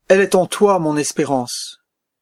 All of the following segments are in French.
Elle est en toi, mon espérance.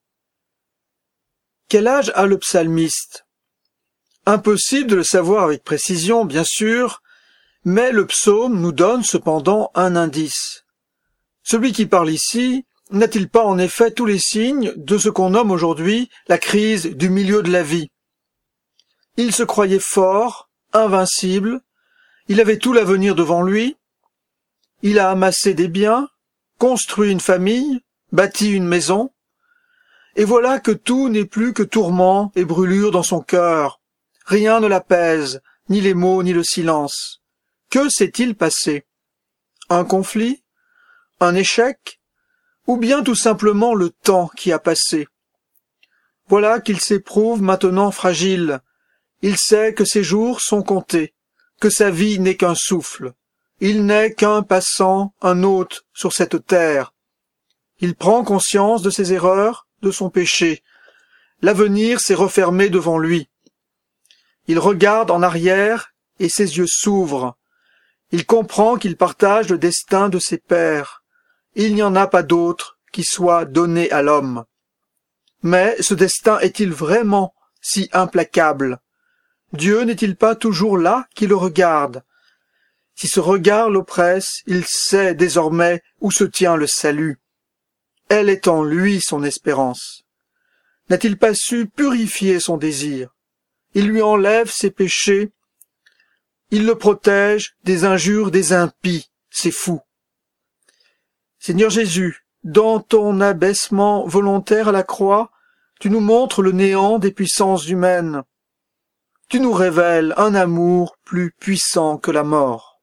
Quel âge a le psalmiste? Impossible de le savoir avec précision, bien sûr, mais le psaume nous donne cependant un indice. Celui qui parle ici n'a-t-il pas en effet tous les signes de ce qu'on nomme aujourd'hui la crise du milieu de la vie? Il se croyait fort, invincible, il avait tout l'avenir devant lui, il a amassé des biens, construit une famille, bâti une maison, et voilà que tout n'est plus que tourment et brûlure dans son cœur. Rien ne l'apaise, ni les mots, ni le silence. Que s'est-il passé? Un conflit? Un échec? Ou bien tout simplement le temps qui a passé? Voilà qu'il s'éprouve maintenant fragile. Il sait que ses jours sont comptés, que sa vie n'est qu'un souffle. Il n'est qu'un passant, un hôte sur cette terre. Il prend conscience de ses erreurs, de son péché. L'avenir s'est refermé devant lui. Il regarde en arrière et ses yeux s'ouvrent. Il comprend qu'il partage le destin de ses pères. Il n'y en a pas d'autre qui soit donné à l'homme. Mais ce destin est-il vraiment si implacable? Dieu n'est-il pas toujours là qui le regarde? Si ce regard l'oppresse, il sait désormais où se tient le salut. Elle est en lui son espérance. N'a-t-il pas su purifier son désir? Il lui enlève ses péchés. Il le protège des injures des impies. C'est fou. Seigneur Jésus, dans ton abaissement volontaire à la croix, tu nous montres le néant des puissances humaines. Tu nous révèles un amour plus puissant que la mort.